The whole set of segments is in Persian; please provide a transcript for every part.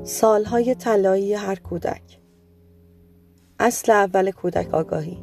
سالهای طلایی هر کودک. اصل اول کودک آگاهی.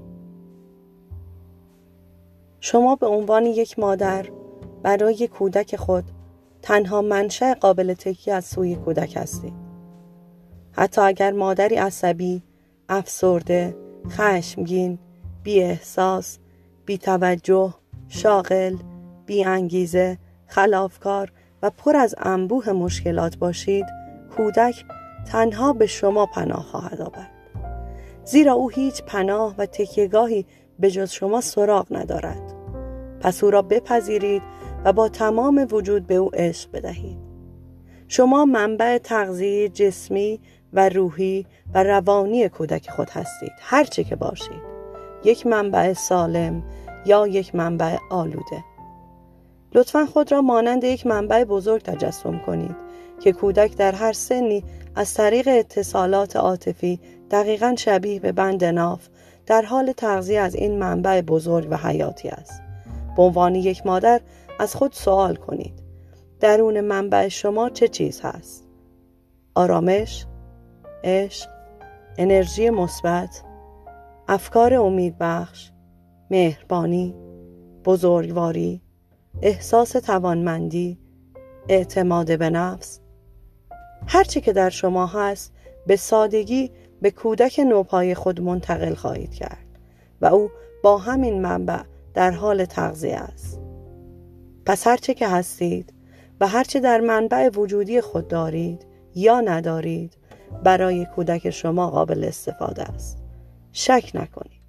شما به عنوان یک مادر برای کودک خود تنها منشأ قابل تکیه از سوی کودک هستید. حتی اگر مادری عصبی، افسرده، خشمگین، بی احساس، بی توجه، شاغل، بی انگیزه، خلافکار و پر از انبوه مشکلات باشید، کودک تنها به شما پناه خواهد آورد، زیرا او هیچ پناه و تکیه‌گاهی به جز شما سراغ ندارد. پس او را بپذیرید و با تمام وجود به او عشق بدهید. شما منبع تغذیه جسمی و روحی و روانی کودک خود هستید، هر چه که باشید، یک منبع سالم یا یک منبع آلوده. لطفاً خود را مانند یک منبع بزرگ تجسم کنید که کودک در هر سنی از طریق اتصالات عاطفی دقیقاً شبیه به بند ناف در حال تغذیه از این منبع بزرگ و حیاتی است. به عنوان یک مادر از خود سوال کنید: درون منبع شما چه چیز هست؟ آرامش، عشق، انرژی مثبت، افکار امیدبخش، مهربانی، بزرگواری، احساس توانمندی، اعتماد به نفس. هر چه که در شما هست به سادگی به کودک نوپای خود منتقل خواهید کرد و او با همین منبع در حال تغذیه است. پس هر چه که هستید و هر چه در منبع وجودی خود دارید یا ندارید برای کودک شما قابل استفاده است. شک نکنید.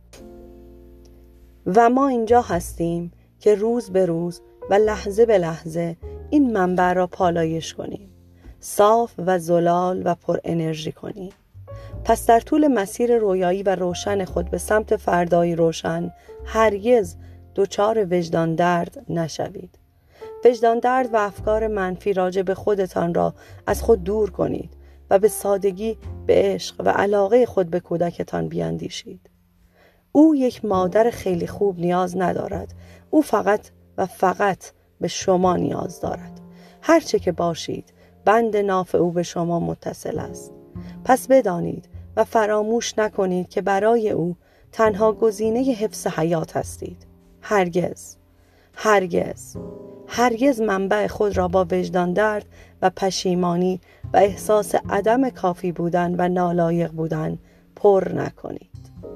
و ما اینجا هستیم که روز به روز و لحظه به لحظه این منبع را پالایش کنیم، صاف و زلال و پر انرژی کنیم. پس در طول مسیر رویایی و روشن خود به سمت فردایی روشن هرگز دچار وجدان درد نشوید. وجدان درد و افکار منفی راجع به خودتان را از خود دور کنید و به سادگی به عشق و علاقه خود به کودکتان بیاندیشید. او یک مادر خیلی خوب نیاز ندارد. او فقط و فقط به شما نیاز دارد. هر چه که باشید بند ناف او به شما متصل است. پس بدانید و فراموش نکنید که برای او تنها گزینه حفظ حیات هستید. هرگز، هرگز، هرگز منبع خود را با وجدان درد و پشیمانی و احساس عدم کافی بودن و نالایق بودن پر نکنید.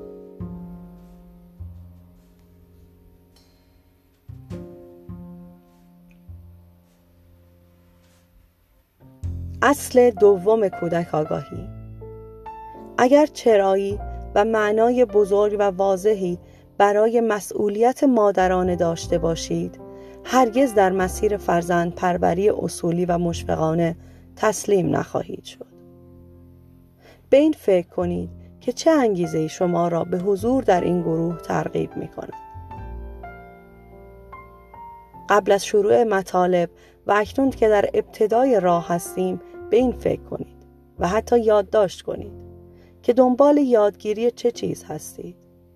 اصل دوم کودک آگاهی. اگر چرایی و معنای بزرگ و واضحی برای مسئولیت مادرانه داشته باشید، هرگز در مسیر فرزند پروری اصولی و مشفقانه تسلیم نخواهید شد. به این فکر کنید که چه انگیزه شما را به حضور در این گروه ترغیب می کند. قبل از شروع مطالب و اکنون که در ابتدای راه هستیم به این فکر کنید و حتی یادداشت کنید که دنبال یادگیری چه چیز هستید.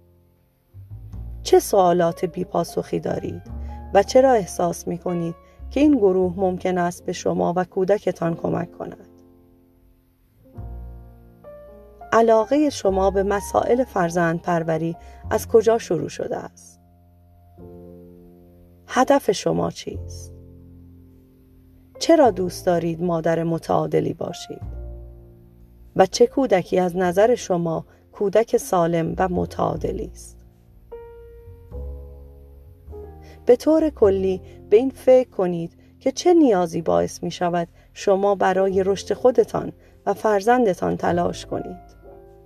چه سوالات بی‌پاسخی دارید و چرا احساس می کنید که این گروه ممکن است به شما و کودکتان کمک کند؟ علاقه شما به مسائل فرزند پروری از کجا شروع شده است؟ هدف شما چیست؟ چرا دوست دارید مادر متعادلی باشید؟ و چه کودکی از نظر شما کودک سالم و متعادلی است؟ به طور کلی به این فکر کنید که چه نیازی باعث می شود شما برای رشد خودتان و فرزندتان تلاش کنید.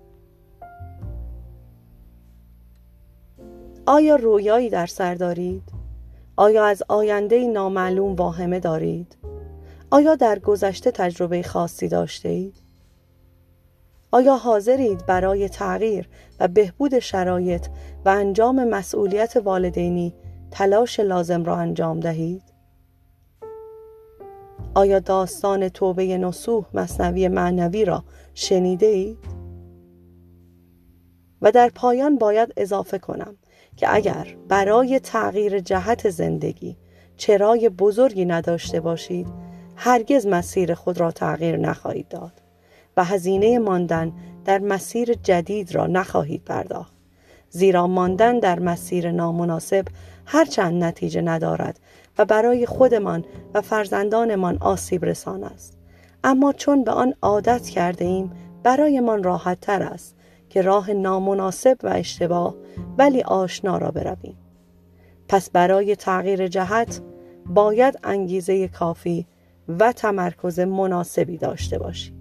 آیا رویایی در سر دارید؟ آیا از آینده نامعلوم واهمه دارید؟ آیا در گذشته تجربه خاصی داشته اید؟ آیا حاضرید برای تغییر و بهبود شرایط و انجام مسئولیت والدینی تلاش لازم را انجام دهید؟ آیا داستان توبه نصوح مثنوی معنوی را شنیده اید؟ و در پایان باید اضافه کنم که اگر برای تغییر جهت زندگی چرای بزرگی نداشته باشید، هرگز مسیر خود را تغییر نخواهید داد و هزینه ماندن در مسیر جدید را نخواهید پرداخت. زیرا ماندن در مسیر نامناسب هرچند نتیجه ندارد و برای خودمان و فرزندانمان آسیب رسان است، اما چون به آن عادت کرده ایم برایمان راحت تر است که راه نامناسب و اشتباه ولی آشنا را برویم. پس برای تغییر جهت باید انگیزه کافی و تمرکز مناسبی داشته باشیم.